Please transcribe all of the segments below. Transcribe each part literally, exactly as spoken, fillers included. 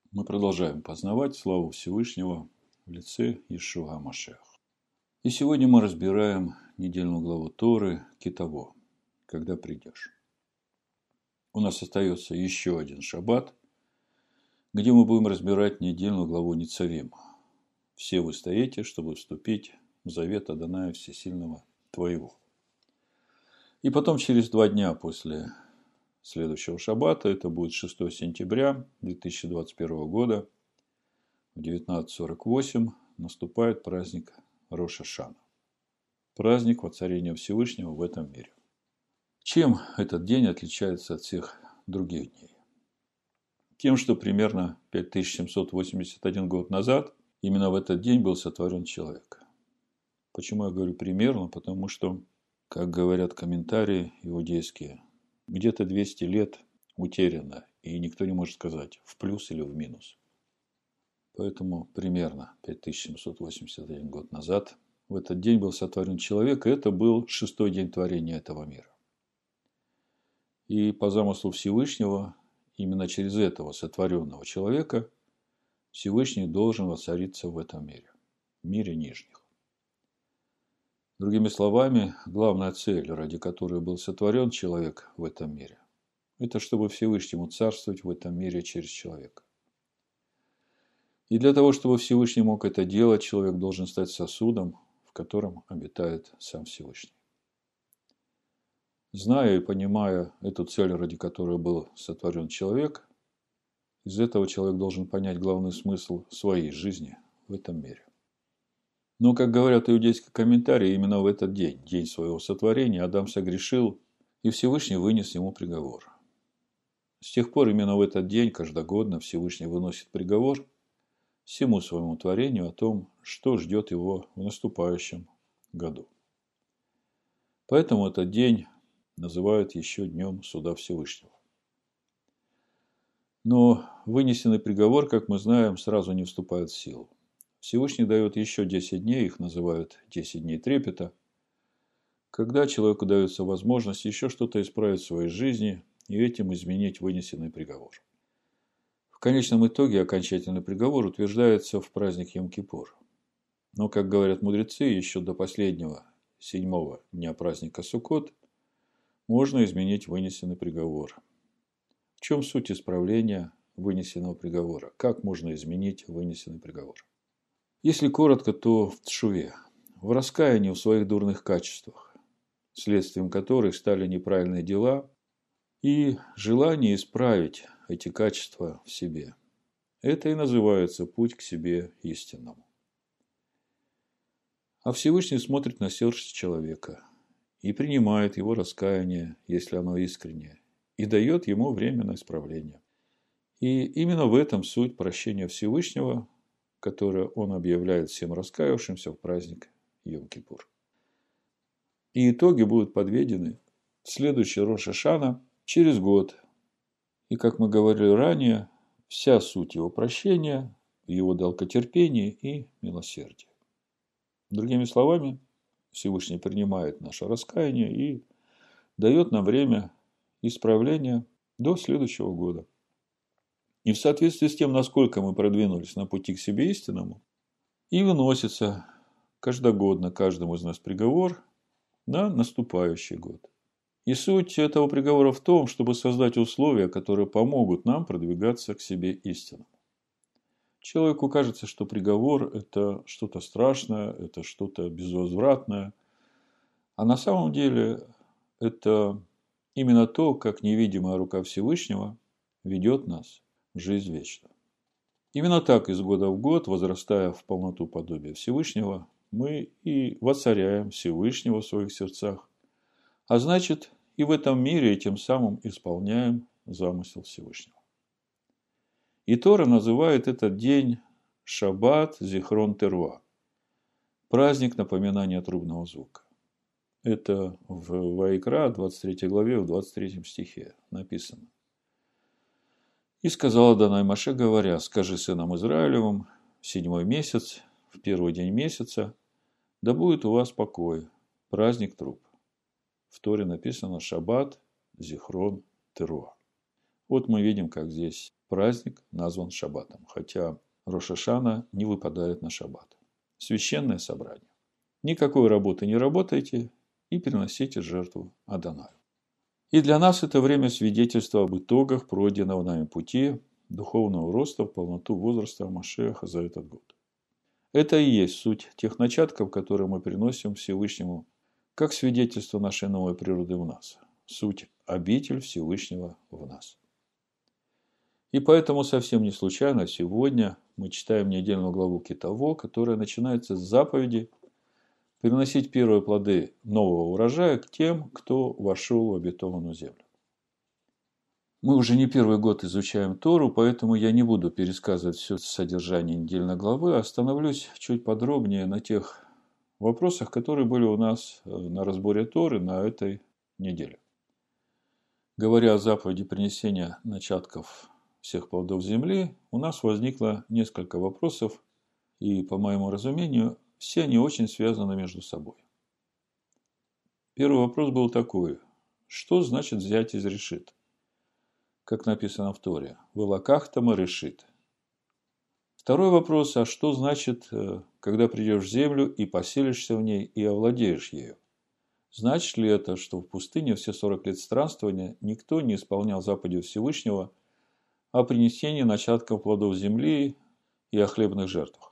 Мы продолжаем познавать славу Всевышнего в лице Иешуа ха-Машиаха. И сегодня мы разбираем недельную главу Торы Ки-Таво, когда придешь. У нас остается еще один шаббат, где мы будем разбирать недельную главу Ницавим. Все вы стоите, чтобы вступить в завет Адоная Всесильного твоего. И потом через два дня после следующего шаббата, это будет шестого сентября две тысячи двадцать первого года, в девятнадцать сорок восемь наступает праздник Рош ха-Шана. Праздник воцарения Всевышнего в этом мире. Чем этот день отличается от всех других дней? Тем, что примерно пять тысяч семьсот восемьдесят один год назад именно в этот день был сотворен человек. Почему я говорю примерно? Потому что, как говорят комментарии иудейские, где-то двести лет утеряно, и никто не может сказать, в плюс или в минус. Поэтому примерно пять тысяч семьсот восемьдесят один год назад в этот день был сотворен человек, и это был шестой день творения этого мира. И по замыслу Всевышнего, именно через этого сотворенного человека Всевышний должен воцариться в этом мире, в мире нижних. Другими словами, главная цель, ради которой был сотворен человек в этом мире, это чтобы Всевышнему царствовать в этом мире через человека. И для того, чтобы Всевышний мог это делать, человек должен стать сосудом, в котором обитает сам Всевышний. Зная и понимая эту цель, ради которой был сотворен человек, из этого человек должен понять главный смысл своей жизни в этом мире. Но, как говорят иудейские комментарии, именно в этот день, день своего сотворения, Адам согрешил, и Всевышний вынес ему приговор. С тех пор именно в этот день, каждогодно, Всевышний выносит приговор всему своему творению о том, что ждет его в наступающем году. Поэтому этот день называют еще днем суда Всевышнего. Но вынесенный приговор, как мы знаем, сразу не вступает в силу. Всевышний дает еще десять дней, их называют десять дней трепета, когда человеку дается возможность еще что-то исправить в своей жизни и этим изменить вынесенный приговор. В конечном итоге окончательный приговор утверждается в праздник Йом-Кипур. Но, как говорят мудрецы, еще до последнего, седьмого дня праздника Суккот можно изменить вынесенный приговор. В чем суть исправления вынесенного приговора? Как можно изменить вынесенный приговор? Если коротко, то в тшуве, в раскаянии в своих дурных качествах, следствием которых стали неправильные дела и желание исправить эти качества в себе. Это и называется путь к себе истинному. А Всевышний смотрит на сердце человека и принимает его раскаяние, если оно искреннее, и дает ему время на исправление. И именно в этом суть прощения Всевышнего, которое он объявляет всем раскаявшимся в праздник Йом-Кипур. И итоги будут подведены в следующий Рош ха-Шана через год. И, как мы говорили ранее, вся суть его прощения, его долготерпения и милосердия. Другими словами, Всевышний принимает наше раскаяние и дает нам время исправления до следующего года. И в соответствии с тем, насколько мы продвинулись на пути к себе истинному, и выносится каждогодно каждому из нас приговор на наступающий год. И суть этого приговора в том, чтобы создать условия, которые помогут нам продвигаться к себе истинному. Человеку кажется, что приговор – это что-то страшное, это что-то безвозвратное. А на самом деле это именно то, как невидимая рука Всевышнего ведет нас в жизнь вечную. Именно так из года в год, возрастая в полноту подобия Всевышнего, мы и воцаряем Всевышнего в своих сердцах, а значит, и в этом мире, и тем самым исполняем замысел Всевышнего. И Тора называет этот день Шаббат Зихрон Теруа, праздник напоминания трубного звука. Это в Ваикра, двадцать третьей главе, в двадцать третьем стихе написано. «И сказал Адонай Моше, говоря, скажи сынам Израилевым, в седьмой месяц, в первый день месяца, да будет у вас покой, праздник труб». В Торе написано Шаббат Зихрон Теруа. Вот мы видим, как здесь праздник назван шаббатом, хотя Рош ха-Шана не выпадает на шаббат. Священное собрание. Никакой работы не работайте и приносите жертву Адонаю. И для нас это время свидетельства об итогах пройденного нами пути духовного роста в полноту возраста Машиаха за этот год. Это и есть суть тех начатков, которые мы приносим Всевышнему, как свидетельство нашей новой природы в нас. Суть – обитель Всевышнего в нас. И поэтому совсем не случайно сегодня мы читаем недельную главу Ки-Таво, которая начинается с заповеди приносить первые плоды нового урожая к тем, кто вошел в обетованную землю. Мы уже не первый год изучаем Тору, поэтому я не буду пересказывать все содержание недельной главы, а остановлюсь чуть подробнее на тех вопросах, которые были у нас на разборе Торы на этой неделе. Говоря о заповеди принесения начатков всех плодов земли, у нас возникло несколько вопросов, и, по моему разумению, все они очень связаны между собой. Первый вопрос был такой: что значит взять из решит? Как написано в Торе, «Велакахтама решит». Второй вопрос: а что значит, когда придешь в землю и поселишься в ней и овладеешь ею? Значит ли это, что в пустыне все сорок лет странствования никто не исполнял заповеди Всевышнего о принесении начатков плодов земли и о хлебных жертвах?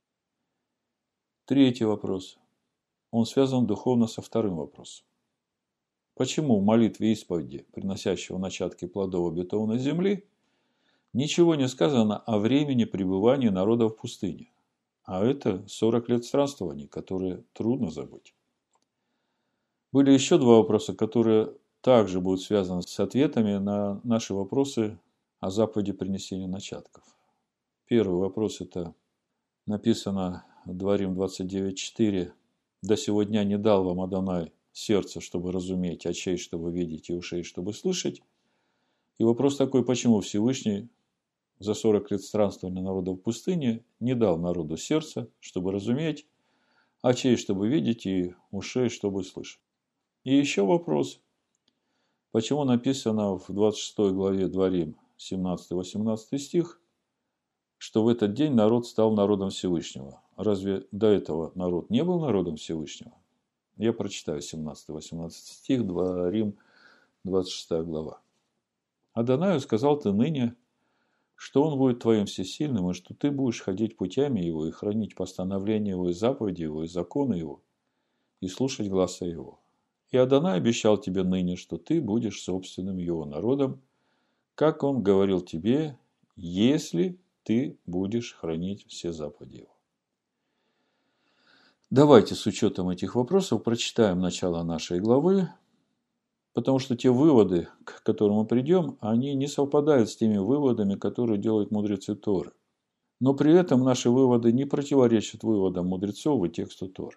Третий вопрос. Он связан духовно со вторым вопросом. Почему в молитве исповеди, приносящего начатки плодов обетованной земли, ничего не сказано о времени пребывания народа в пустыне? А это сорок лет странствований, которые трудно забыть. Были еще два вопроса, которые также будут связаны с ответами на наши вопросы о заповеди принесения начатков. Первый вопрос – это написано в Дворим двадцать девять четыре. «До сего дня не дал вам Адонай сердце, чтобы разуметь, очей, чтобы видеть, и ушей, чтобы слышать». И вопрос такой: почему Всевышний за сорок лет странствования народа в пустыне не дал народу сердца, чтобы разуметь, очей, чтобы видеть, и ушей, чтобы слышать? И еще вопрос: почему написано в двадцать шестой главе Дворим, семнадцатый-восемнадцатый стих, что в этот день народ стал народом Всевышнего? Разве до этого народ не был народом Всевышнего? Я прочитаю семнадцатый-восемнадцатый стих, Дворим, двадцать шестая глава. «Адонаю сказал ты ныне, что он будет твоим всесильным, и что ты будешь ходить путями его, и хранить постановления его, и заповеди его, и законы его, и слушать гласа его. И Адонай обещал тебе ныне, что ты будешь собственным его народом, как он говорил тебе, если ты будешь хранить все заповеди его». Давайте с учетом этих вопросов прочитаем начало нашей главы, потому что те выводы, к которым мы придем, они не совпадают с теми выводами, которые делают мудрецы Торы. Но при этом наши выводы не противоречат выводам мудрецов и тексту Торы.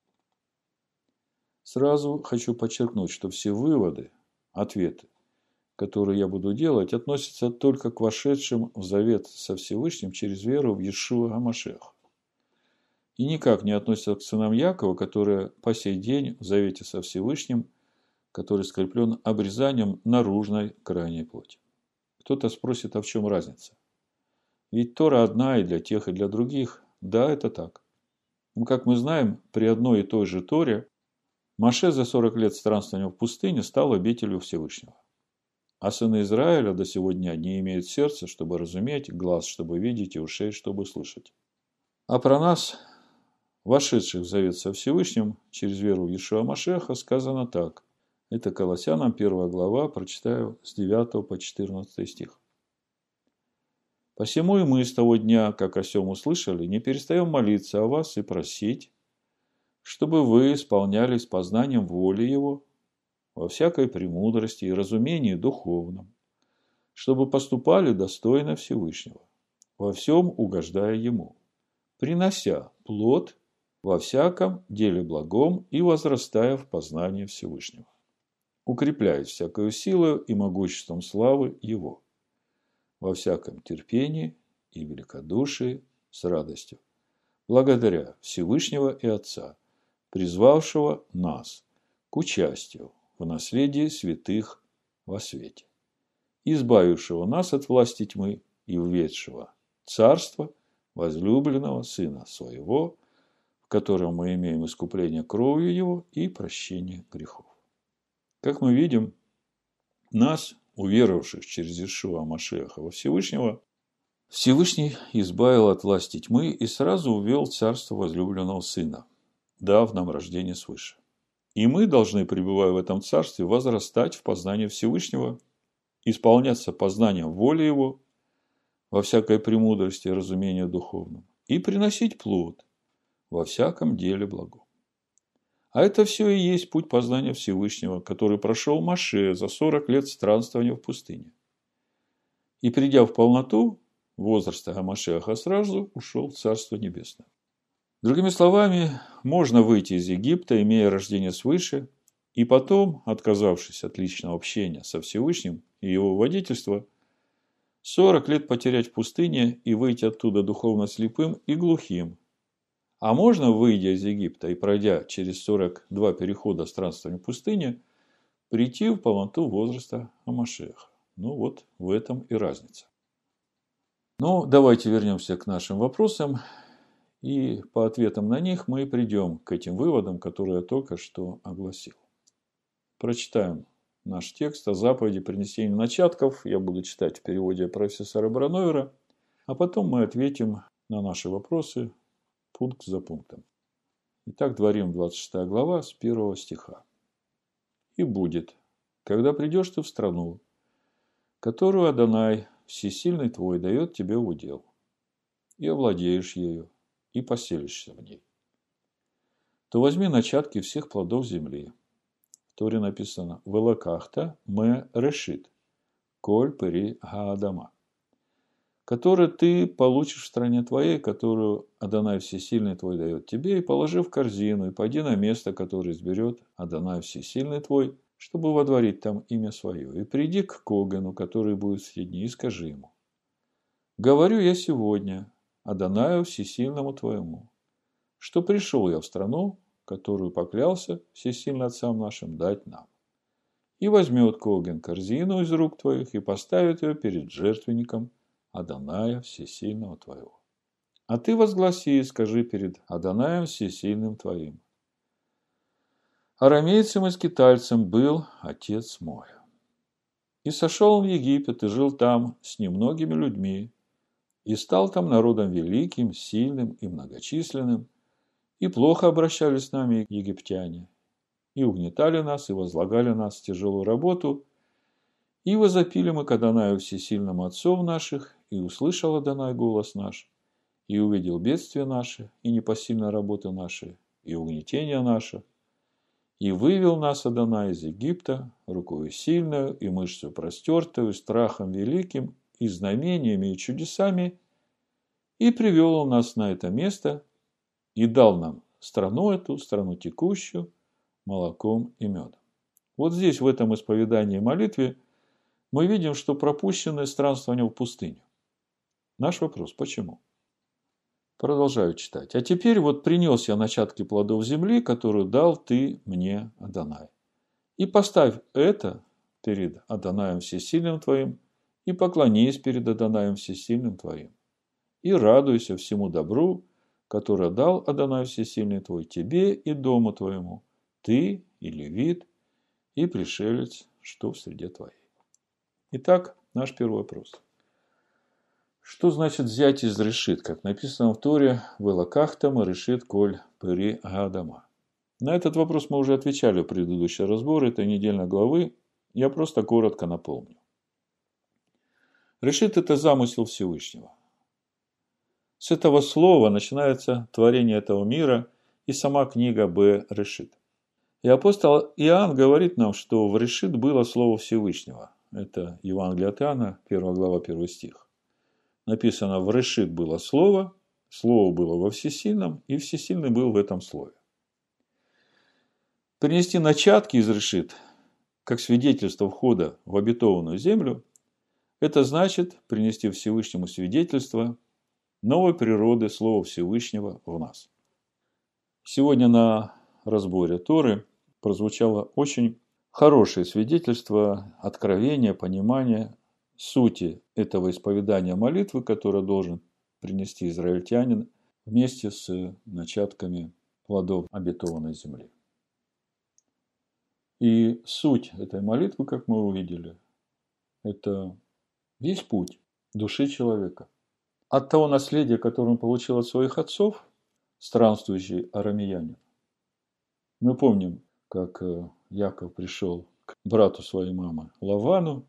Сразу хочу подчеркнуть, что все выводы, ответы, которые я буду делать, относятся только к вошедшим в завет со Всевышним через веру в Иешуа ха-Машиаха. И никак не относятся к сынам Якова, которые по сей день в завете со Всевышним, который скреплен обрезанием наружной крайней плоти. Кто-то спросит, а в чем разница? Ведь Тора одна и для тех, и для других. Да, это так. Но, как мы знаем, при одной и той же Торе Моше за сорок лет странствования в пустыне стал обителью Всевышнего. А сыны Израиля до сего дня не имеют сердца, чтобы разуметь, глаз, чтобы видеть, и ушей, чтобы слышать. А про нас, вошедших в завет со Всевышним через веру в Иешуа ха-Машиаха, сказано так. Это Колоссянам первая глава, прочитаю с девятого по четырнадцатый стих. «Посему и мы с того дня, как о сем услышали, не перестаем молиться о вас и просить, чтобы вы исполнялись познанием воли Его во всякой премудрости и разумении духовном, чтобы поступали достойно Всевышнего, во всем угождая Ему, принося плод во всяком деле благом и возрастая в познании Всевышнего, укрепляясь всякою силою и могуществом славы Его, во всяком терпении и великодушии с радостью, благодаря Всевышнего и Отца, призвавшего нас к участию в наследии святых во свете, избавившего нас от власти тьмы и введшего царство возлюбленного Сына Своего, в котором мы имеем искупление кровью Его и прощение грехов. Как мы видим, нас, уверовавших через Иешуа Машиаха во Всевышнего, Всевышний избавил от власти тьмы и сразу увел царство возлюбленного Сына, дав нам рождение свыше. И мы должны, пребывая в этом царстве, возрастать в познании Всевышнего, исполняться познанием воли Его во всякой премудрости и разумению духовном, и приносить плод во всяком деле благом. А это все и есть путь познания Всевышнего, который прошел Моше за сорок лет странствования в пустыне. И, придя в полноту возраста Машиаха, сразу ушел в Царство Небесное. Другими словами, можно выйти из Египта, имея рождение свыше, и потом, отказавшись от личного общения со Всевышним и его водительства, сорок лет потерять в пустыне и выйти оттуда духовно слепым и глухим. А можно, выйдя из Египта и пройдя через сорок два перехода странствования в пустыне, прийти в полноту возраста Машиаха. Ну вот в этом и разница. Ну, давайте вернемся к нашим вопросам. И по ответам на них мы придем к этим выводам, которые я только что огласил. Прочитаем наш текст о заповеди принесения начатков. Я буду читать в переводе профессора Бранновера, а потом мы ответим на наши вопросы пункт за пунктом. Итак, Дворим, двадцать шестая глава, с первого стиха. «И будет, когда придешь ты в страну, которую Адонай, всесильный твой, дает тебе в удел, и овладеешь ею, и поселишься в ней, то возьми начатки всех плодов земли». В Торе написано «Велакахта ме решит, коль пери гаадама», который ты получишь в стране твоей, которую Адонай Всесильный твой дает тебе, и положи в корзину, и пойди на место, которое изберет Адонай Всесильный твой, чтобы водворить там имя свое. И приди к Когену, который будет в те дни, и скажи ему: «Говорю я сегодня Адонаю Всесильному твоему, что пришел я в страну, которую поклялся всесильно отцам нашим дать нам. И возьмет Коген корзину из рук твоих и поставит ее перед жертвенником Адоная Всесильного твоего. А ты возгласи и скажи перед Адонаем Всесильным твоим: арамейцем и скитальцем был отец мой. И сошел он в Египет и жил там с немногими людьми, и стал там народом великим, сильным и многочисленным, и плохо обращались с нами египтяне, и угнетали нас, и возлагали нас в тяжелую работу, и возопили мы к Адонаю Всесильному отцов наших, и услышал Адонай голос наш, и увидел бедствия наши, и непосильные работы наши, и угнетения наши, и вывел нас Адонай из Египта рукою сильную, и мышцу простертую, страхом великим, и знамениями, и чудесами, и привел он нас на это место, и дал нам страну эту, страну текущую, молоком и медом». Вот здесь, в этом исповедании и молитве, мы видим, что пропущенное странствование в пустыню. Наш вопрос: почему? Продолжаю читать. «А теперь вот принес я начатки плодов земли, которую дал ты мне, Адонай. И поставь это перед Адонаем Всесильным твоим, и поклонись перед Адонаем Всесильным твоим, и радуйся всему добру, которое дал Адонай Всесильный твой тебе и дому твоему, ты и левит, и пришелец, что в среде твоей». Итак, наш первый вопрос. Что значит взять из решит, как написано в Торе «Велакахтам решит коль пери гаадама»? На этот вопрос мы уже отвечали в предыдущий разбор этой недельной главы, я просто коротко напомню. Решит – это замысел Всевышнего. С этого слова начинается творение этого мира и сама книга Б. Решит. И апостол Иоанн говорит нам, что в Решит было слово Всевышнего. Это Евангелие от Иоанна, первая глава, первый стих. Написано: в Решит было слово, слово было во Всесильном, и Всесильный был в этом слове. Принести начатки из Решит, как свидетельство входа в обетованную землю, это значит принести Всевышнему свидетельство новой природы Слова Всевышнего в нас. Сегодня на разборе Торы прозвучало очень хорошее свидетельство, откровение, понимание сути этого исповедания молитвы, которое должен принести израильтянин вместе с начатками плодов обетованной земли. И суть этой молитвы, как мы увидели, это весь путь души человека. От того наследия, которое он получил от своих отцов, странствующий арамеянин. Мы помним, как Яков пришел к брату своей мамы Лавану,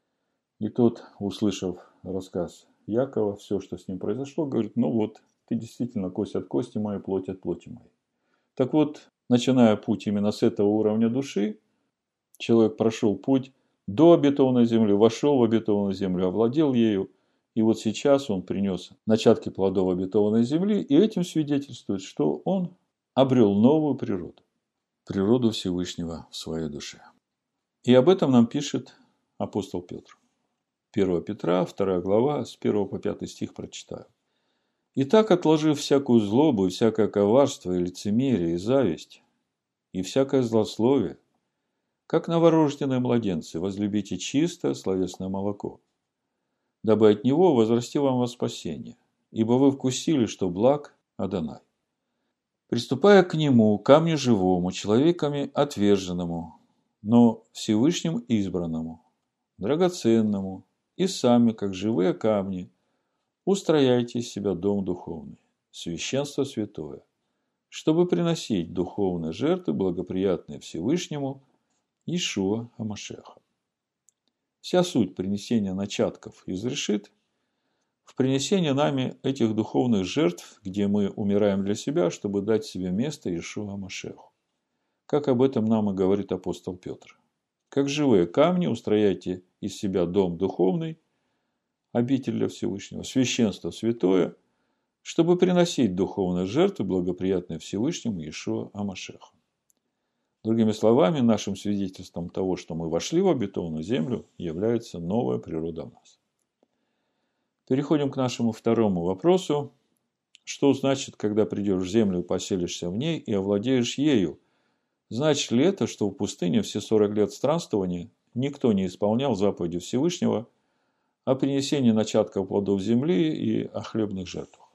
и тот, услышав рассказ Якова, все, что с ним произошло, говорит: ну вот, ты действительно кость от кости моей, плоть от плоти моей. Так вот, начиная путь именно с этого уровня души, человек прошел путь до обетованной земли, вошел в обетованную землю, овладел ею, и вот сейчас он принес начатки плодов обетованной земли, и этим свидетельствует, что он обрел новую природу, природу Всевышнего в своей душе. И об этом нам пишет апостол Петр. первое Петра, вторая глава, с первого по пятый стих прочитаю. «Итак, отложив всякую злобу, и всякое коварство, и лицемерие, и зависть, и всякое злословие, как новорожденные младенцы, возлюбите чистое словесное молоко, дабы от него возрасти вам во спасение, ибо вы вкусили, что благ Адонай. Приступая к нему, камню живому, человеками отверженному, но Всевышним избранному, драгоценному, и сами, как живые камни, устрояйте из себя дом духовный, священство святое, чтобы приносить духовные жертвы, благоприятные Всевышнему, Иешуа ха-Машиаха». Вся суть принесения начатков из решит в принесении нами этих духовных жертв, где мы умираем для себя, чтобы дать себе место Иешуа ха-Машиаху. Как об этом нам и говорит апостол Петр. Как живые камни устрояйте из себя дом духовный, обитель для Всевышнего, священство святое, чтобы приносить духовные жертвы, благоприятные Всевышнему Иешуа ха-Машиаху. Другими словами, нашим свидетельством того, что мы вошли в обетованную землю, является новая природа в нас. Переходим к нашему второму вопросу. Что значит, когда придешь в землю и поселишься в ней и овладеешь ею? Значит ли это, что в пустыне все сорок лет странствования никто не исполнял заповеди Всевышнего о принесении начатков плодов земли и о хлебных жертвах?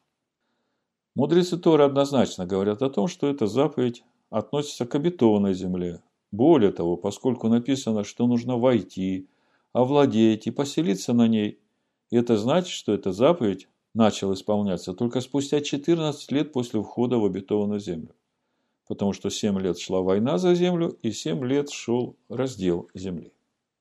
Мудрецы Торы однозначно говорят о том, что эта заповедь относится к обетованной земле. Более того, поскольку написано, что нужно войти, овладеть и поселиться на ней, и это значит, что эта заповедь начала исполняться только спустя четырнадцать лет после входа в обетованную землю. Потому что семь лет шла война за землю, и семь лет шел раздел земли.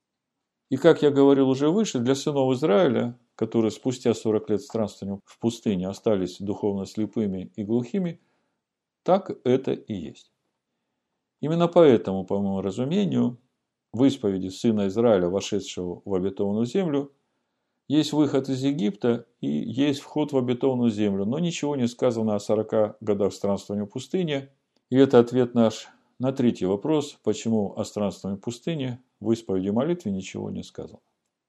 И, как я говорил уже выше, для сынов Израиля, которые спустя сорок лет странствования в пустыне остались духовно слепыми и глухими, так это и есть. Именно поэтому, по моему разумению, в исповеди сына Израиля, вошедшего в обетованную землю, есть выход из Египта и есть вход в обетованную землю, но ничего не сказано о сорока годах странствования в пустыне. И это ответ наш на третий вопрос, почему о странствовании в пустыне в исповеди молитве ничего не сказано.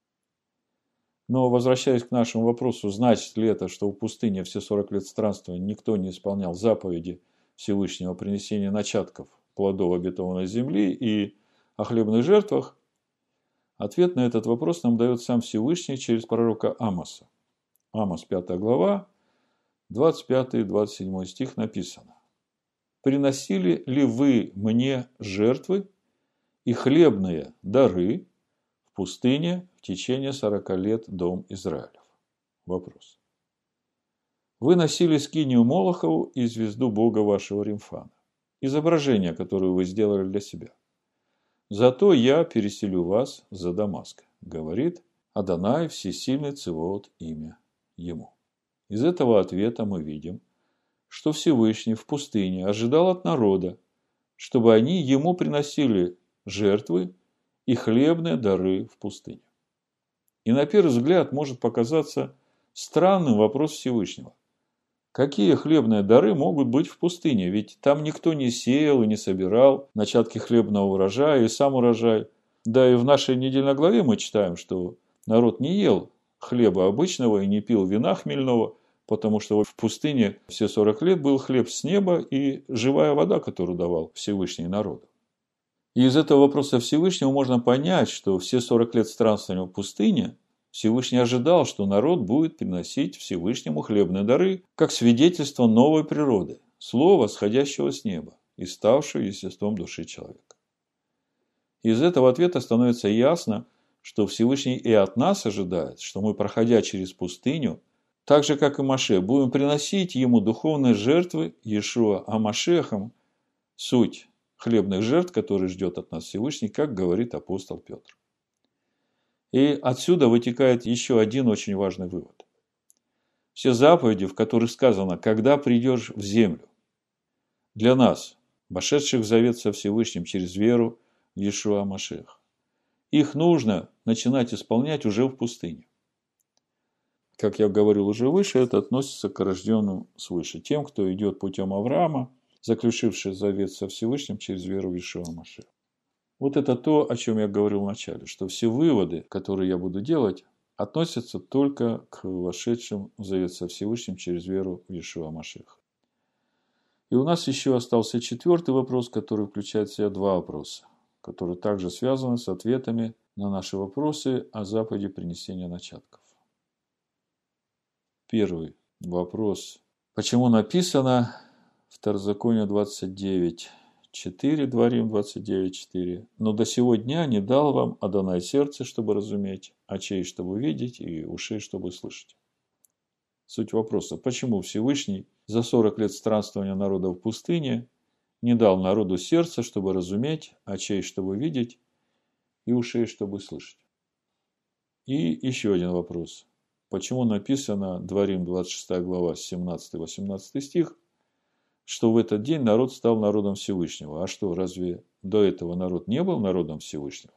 Но возвращаясь к нашему вопросу, значит ли это, что в пустыне все сорок лет странствования никто не исполнял заповеди Всевышнего принесения начатков плодов обетованной земли и о хлебных жертвах? Ответ на этот вопрос нам дает сам Всевышний через пророка Амоса. Амос, пятая глава, двадцать пятый двадцать седьмой стих написано: «Приносили ли вы мне жертвы и хлебные дары в пустыне в течение сорока лет, дом Израилев?» Вопрос. Вы носили скинию Молохову и звезду Бога вашего Римфана, изображение, которое вы сделали для себя. Зато я переселю вас за Дамаск, говорит Адонай, всесильный Цеваот, имя ему. Из этого ответа мы видим, что Всевышний в пустыне ожидал от народа, чтобы они ему приносили жертвы и хлебные дары в пустыне. И на первый взгляд может показаться странным вопрос Всевышнего. Какие хлебные дары могут быть в пустыне? Ведь там никто не сеял и не собирал начатки хлебного урожая и сам урожай. Да и в нашей недельной главе мы читаем, что народ не ел хлеба обычного и не пил вина хмельного, потому что в пустыне все сорок лет был хлеб с неба и живая вода, которую давал Всевышний народу. И из этого вопроса Всевышнего можно понять, что все сорок лет странствования в пустыне Всевышний ожидал, что народ будет приносить Всевышнему хлебные дары, как свидетельство новой природы, слова, сходящего с неба и ставшего естеством души человека. Из этого ответа становится ясно, что Всевышний и от нас ожидает, что мы, проходя через пустыню, так же, как и Моше, будем приносить ему духовные жертвы Иешуа а-Машехом, суть хлебных жертв, которые ждет от нас Всевышний, как говорит апостол Петр. И отсюда вытекает еще один очень важный вывод. Все заповеди, в которых сказано «когда придешь в землю», для нас, вошедших в завет со Всевышним через веру в Иешуа а-Машеха, их нужно начинать исполнять уже в пустыне. Как я говорил уже выше, это относится к рожденным свыше, тем, кто идет путем Авраама, заключивший завет со Всевышним через веру в Иешуа а-Машеха. Вот это то, о чем я говорил в начале, что все выводы, которые я буду делать, относятся только к вошедшим в завет со Всевышним через веру в Иешуа а-Машеха. И у нас еще остался четвертый вопрос, который включает в себя два вопроса, которые также связаны с ответами на наши вопросы о заповеди принесения начатков. Первый вопрос. Почему написано в Второзаконие двадцать девять четыре, Дворим двадцать девять четыре, «Но до сего дня не дал вам Адонай сердце, чтобы разуметь, очей, чтобы видеть, и ушей, чтобы слышать». Суть вопроса. Почему Всевышний за сорок лет странствования народа в пустыне не дал народу сердца, чтобы разуметь, очей, чтобы видеть, и ушей, чтобы слышать? И еще один вопрос. Почему написано, Дворим двадцать шестая глава, семнадцатый-восемнадцатый стих, что в этот день народ стал народом Всевышнего? А что, разве до этого народ не был народом Всевышнего?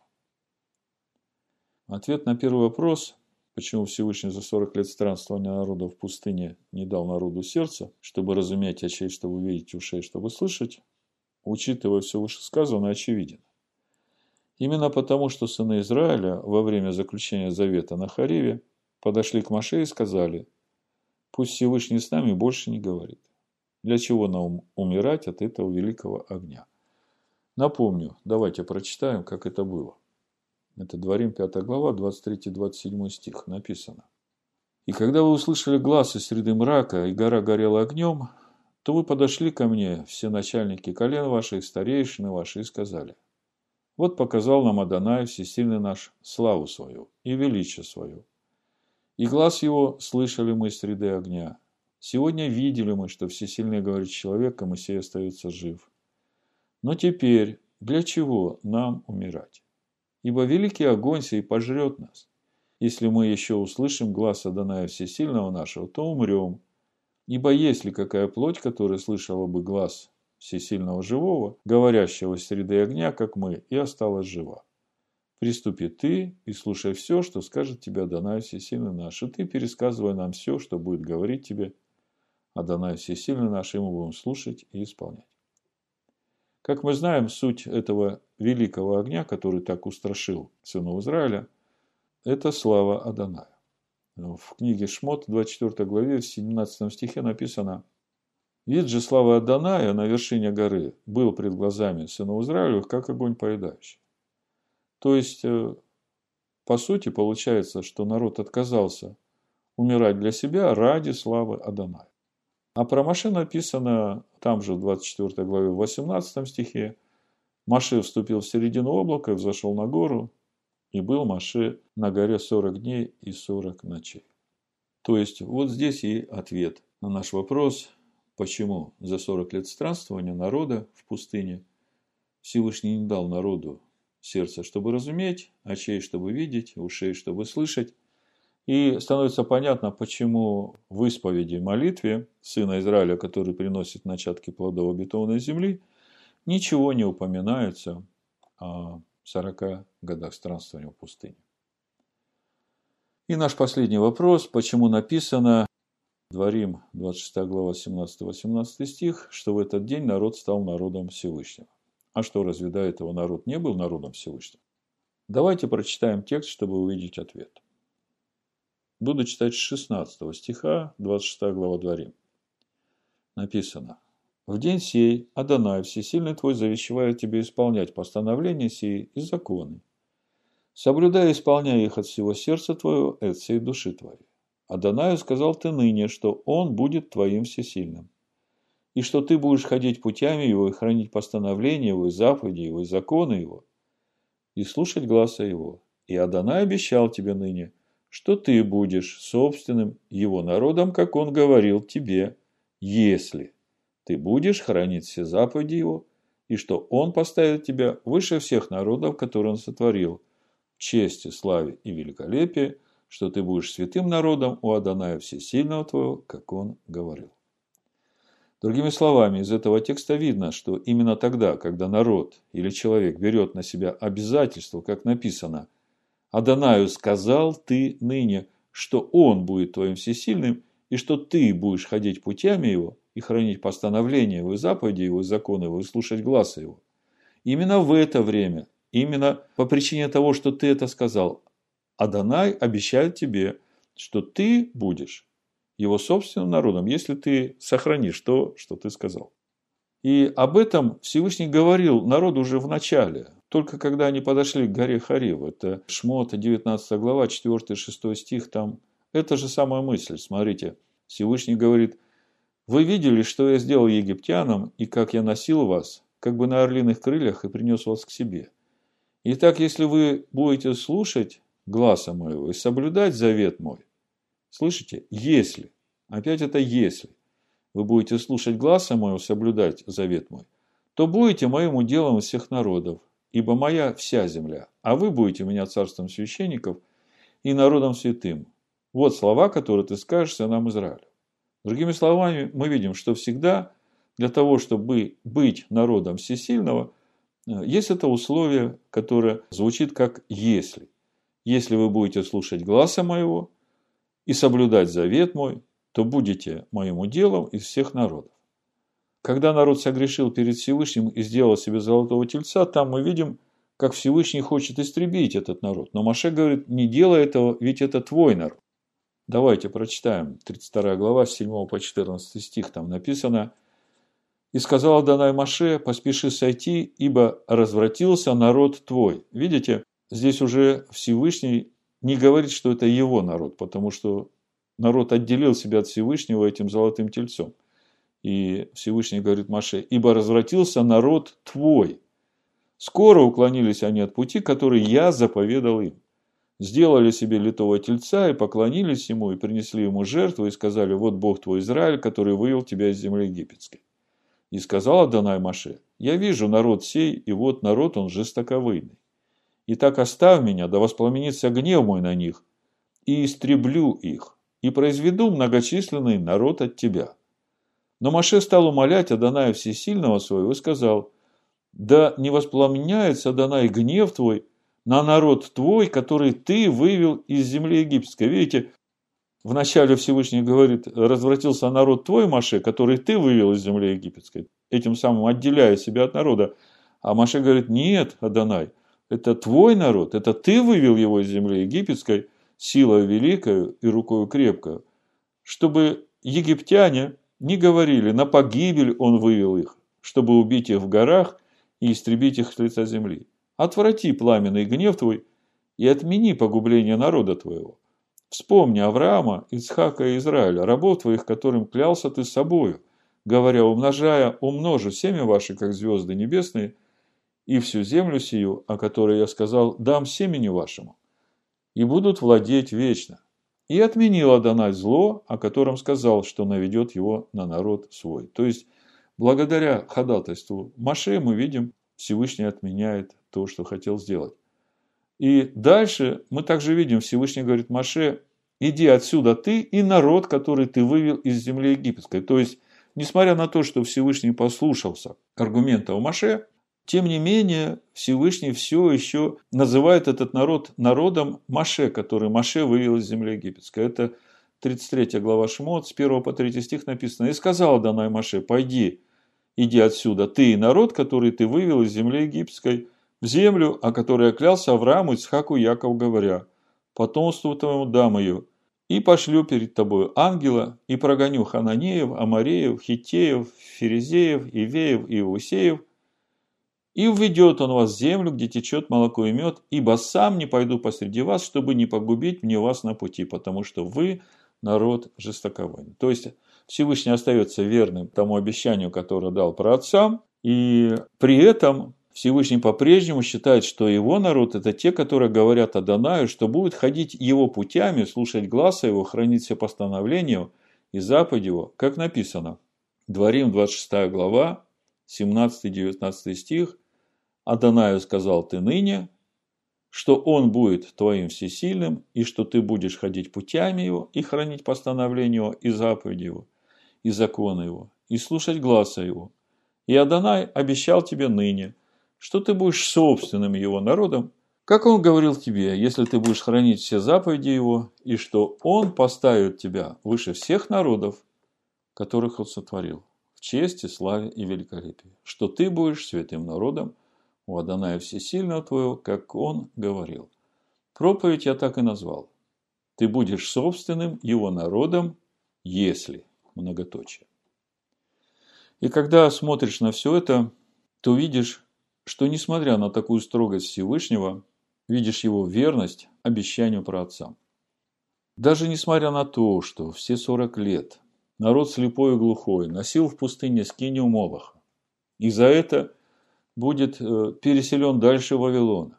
Ответ на первый вопрос, почему Всевышний за сорок лет странствования народа в пустыне не дал народу сердца, чтобы разуметь, очей, чтобы видеть, ушей, чтобы слышать, учитывая все вышесказанное, очевиден. Именно потому, что сыны Израиля во время заключения завета на Хориве подошли к Моше и сказали: «Пусть Всевышний с нами больше не говорит. Для чего нам умирать от этого великого огня?» Напомню, давайте прочитаем, как это было. Это Дворим пятая глава, двадцать третий двадцать седьмой стих написано. «И когда вы услышали глаз из среды мрака, и гора горела огнем, то вы подошли ко мне, все начальники колен ваших, старейшины ваши, и сказали: вот показал нам Адонай, всесильный наш, славу свою и величие свое. И глаз его слышали мы из среды огня. Сегодня видели мы, что всесильный говорит человеком, и сей остается жив. Но теперь для чего нам умирать? Ибо великий огонь сей пожрет нас. Если мы еще услышим глас Адоная всесильного нашего, то умрем. Ибо есть ли какая плоть, которая слышала бы глас всесильного живого, говорящего из среды огня, как мы, и осталась жива? Приступи ты и слушай все, что скажет тебе Адонай всесильный наш, и ты пересказывай нам все, что будет говорить тебе Адонай всесильный наш, и мы будем слушать и исполнять». Как мы знаем, суть этого великого огня, который так устрашил сынов Израиля, это слава Адоная. В книге Шмот, двадцать четвёртой главе, в семнадцатом стихе написано: «Вид же славы Адоная на вершине горы был пред глазами сынов Израилевых, как огонь поедающий». То есть, по сути, получается, что народ отказался умирать для себя ради славы Адоная. А про Моше написано там же в двадцать четвёртой главе, в восемнадцатом стихе: «Моше вступил в середину облака и взошел на гору, и был Моше на горе сорок дней и сорок ночей». То есть, вот здесь и ответ на наш вопрос, почему за сорок лет странствования народа в пустыне Всевышний не дал народу сердца, чтобы разуметь, очей, чтобы видеть, ушей, чтобы слышать. И становится понятно, почему в исповеди молитве сына Израиля, который приносит начатки плодов обетованной земли, ничего не упоминается о сорока годах странствования в пустыне. И наш последний вопрос, почему написано, Дворим, двадцать шестая глава, семнадцатый-восемнадцатый стих, что в этот день народ стал народом Всевышнего. А что, разве до этого народ не был народом Всевышнего? Давайте прочитаем текст, чтобы увидеть ответ. Буду читать с шестнадцатого стиха, двадцать шестая глава Дворим. Написано: «В день сей Адонай всесильный твой завещевает тебе исполнять постановления сии и законы, Соблюдай и исполняй их от всего сердца твоего и от всей души твоей. Адонаю сказал ты ныне, что он будет твоим всесильным, и что ты будешь ходить путями его и хранить постановления его, и заповеди его, и законы его, и слушать гласа его. И Адонай обещал тебе ныне, что ты будешь собственным его народом, как он говорил тебе, если ты будешь хранить все заповеди его, и что он поставит тебя выше всех народов, которые он сотворил, в чести, славе и великолепии, что ты будешь святым народом у Адоная Всесильного твоего, как он говорил. Другими словами, из этого текста видно, что именно тогда, когда народ или человек берет на себя обязательство, как написано, Адонаю сказал ты ныне, что он будет твоим всесильным, и что ты будешь ходить путями его и хранить постановления его, и заповеди его, и законы его, и слушать гласа его. Именно в это время, именно по причине того, что ты это сказал, Адонай обещает тебе, что ты будешь его собственным народом, если ты сохранишь то, что ты сказал. И об этом Всевышний говорил народу уже в начале, только когда они подошли к горе Хорев. Это Шмот, девятнадцатая глава, четвёртый-шестой стих, там эта же самая мысль. Смотрите, Всевышний говорит: «Вы видели, что я сделал египтянам, и как я носил вас, как бы на орлиных крыльях, и принес вас к себе. Итак, если вы будете слушать гласа моего и соблюдать завет мой». Слышите? Если. Опять это если. Вы будете слушать гласа моего, соблюдать завет мой, то будете моим уделом из всех народов, ибо моя вся земля, а вы будете меня царством священников и народом святым. Вот слова, которые ты скажешь сынам Израиля. Другими словами, мы видим, что всегда для того, чтобы быть народом всесильного, есть это условие, которое звучит как «если». Если вы будете слушать гласа моего и соблюдать завет мой, то будете моим уделом из всех народов. Когда народ согрешил перед Всевышним и сделал себе золотого тельца, там мы видим, как Всевышний хочет истребить этот народ. Но Моше говорит: не делай этого, ведь это твой народ. Давайте прочитаем тридцать вторая глава, с седьмого по четырнадцатый стих. Там написано: «И сказал Адонай Моше: поспеши сойти, ибо развратился народ твой». Видите, здесь уже Всевышний не говорит, что это его народ, потому что народ отделил себя от Всевышнего этим золотым тельцом. И Всевышний говорит Моше: ибо развратился народ твой. Скоро уклонились они от пути, который я заповедал им. Сделали себе литого тельца и поклонились ему, и принесли ему жертву, и сказали: вот Бог твой Израиль, который вывел тебя из земли египетской. И сказал Адонай Моше: я вижу народ сей, и вот народ он жестоковыйный. Итак, оставь меня, да воспламенится гнев мой на них, и истреблю их, и произведу многочисленный народ от тебя. Но Моше стал умолять Адоная Всесильного своего и сказал: да не воспламеняется, Адонай, гнев твой на народ твой, который ты вывел из земли египетской. Видите, вначале Всевышний говорит: развратился народ твой, Моше, который ты вывел из земли египетской, этим самым отделяя себя от народа. А Моше говорит: нет, Адонай, это твой народ, это ты вывел его из земли египетской силой великою и рукою крепкою, чтобы египтяне не говорили: на погибель он вывел их, чтобы убить их в горах и истребить их с лица земли. Отврати пламенный гнев твой и отмени погубление народа твоего. Вспомни Авраама, Ицхака и Израиля, рабов твоих, которым клялся ты собою, говоря: умножая, умножу семя ваше, как звезды небесные, и всю землю сию, о которой я сказал, дам семени вашему, и будут владеть вечно. И отменил Адонай зло, о котором сказал, что наведет его на народ свой. То есть, благодаря ходатайству Моше мы видим, Всевышний отменяет то, что хотел сделать. И дальше мы также видим, Всевышний говорит Моше: иди отсюда ты и народ, который ты вывел из земли египетской. То есть, несмотря на то, что Всевышний послушался аргументов Моше, тем не менее, Всевышний все еще называет этот народ народом Моше, который Моше вывел из земли египетской. Это тридцать третья глава Шмот, с первого по третий стих написано: «И сказал Адонай Моше: пойди, иди отсюда, ты и народ, который ты вывел из земли египетской, в землю, о которой я клялся Аврааму, Ицхаку и Якову, говоря: потомству твоему дам ее, и пошлю перед тобою ангела, и прогоню Хананеев, Амореев, Хиттеев, Ферезеев, Ивеев и Иусеев, И введет он вас в землю, где течет молоко и мед, ибо сам не пойду посреди вас, чтобы не погубить мне вас на пути, потому что вы народ жестоковойный». То есть Всевышний остается верным тому обещанию, которое дал праотцам, и при этом Всевышний по-прежнему считает, что его народ – это те, которые говорят Адонаю, что будут ходить его путями, слушать гласа его, хранить все постановления и заповеди его, как написано. Дворим, двадцать шестая глава, семнадцатый-девятнадцатый стих. «Адонаю сказал ты ныне, что он будет твоим всесильным, и что ты будешь ходить путями его, и хранить постановления его, и заповеди его, и законы его, и слушать гласа его. И Адонай обещал тебе ныне, что ты будешь собственным его народом, как он говорил тебе, если ты будешь хранить все заповеди его, и что он поставит тебя выше всех народов, которых он сотворил, в чести, славе и великолепии, что ты будешь святым народом у Адоная Всесильного твоего, как он говорил». Проповедь я так и назвал. Ты будешь собственным его народом, если, многоточие. И когда смотришь на все это, то видишь, что несмотря на такую строгость Всевышнего, видишь его верность обещанию праотцам. Даже несмотря на то, что все сорок лет народ слепой и глухой носил в пустыне скинию Молоха, и за это будет переселен дальше Вавилона,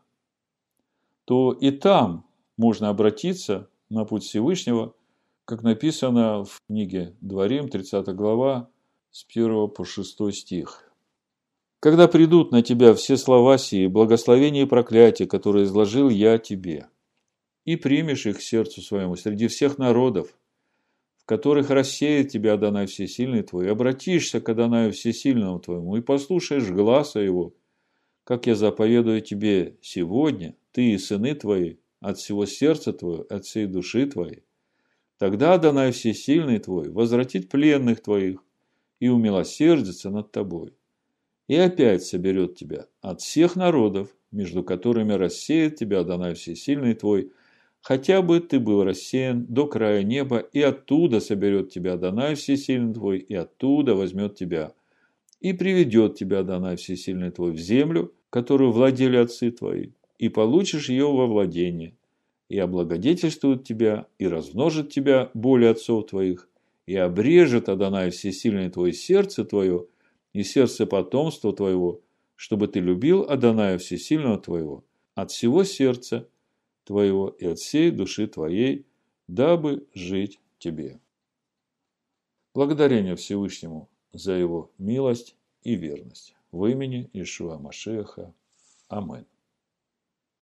то и там можно обратиться на путь Всевышнего, как написано в книге Дворим, тридцатая глава, с первого по шестой стих. «Когда придут на тебя все слова сии, благословения и проклятия, которые изложил я тебе, и примешь их к сердцу своему среди всех народов, в которых рассеет тебя Адонай Всесильный твой, и обратишься к Адонаю Всесильному твоему, и послушаешь гласа его, как я заповедую тебе сегодня, ты и сыны твои, от всего сердца твоего, от всей души твоей, тогда Адонай Всесильный твой возвратит пленных твоих и умилосердится над тобой, и опять соберет тебя от всех народов, между которыми рассеет тебя Адонай Всесильный твой, хотя бы ты был рассеян до края неба, и оттуда соберет тебя Адонай Всесильный твой, и оттуда возьмет тебя, и приведет тебя Адонай Всесильный твой в землю, которую владели отцы твои, и получишь ее во владение, и облагодетельствует тебя, и размножит тебя более отцов твоих, и обрежет Адонай Всесильный твой сердце твое и сердце потомства твоего, чтобы ты любил Адоная Всесильного твоего от всего сердца твоего и от всей души твоей, дабы жить тебе». Благодарение Всевышнему за его милость и верность. В имени Иешуа Машиаха. Аминь.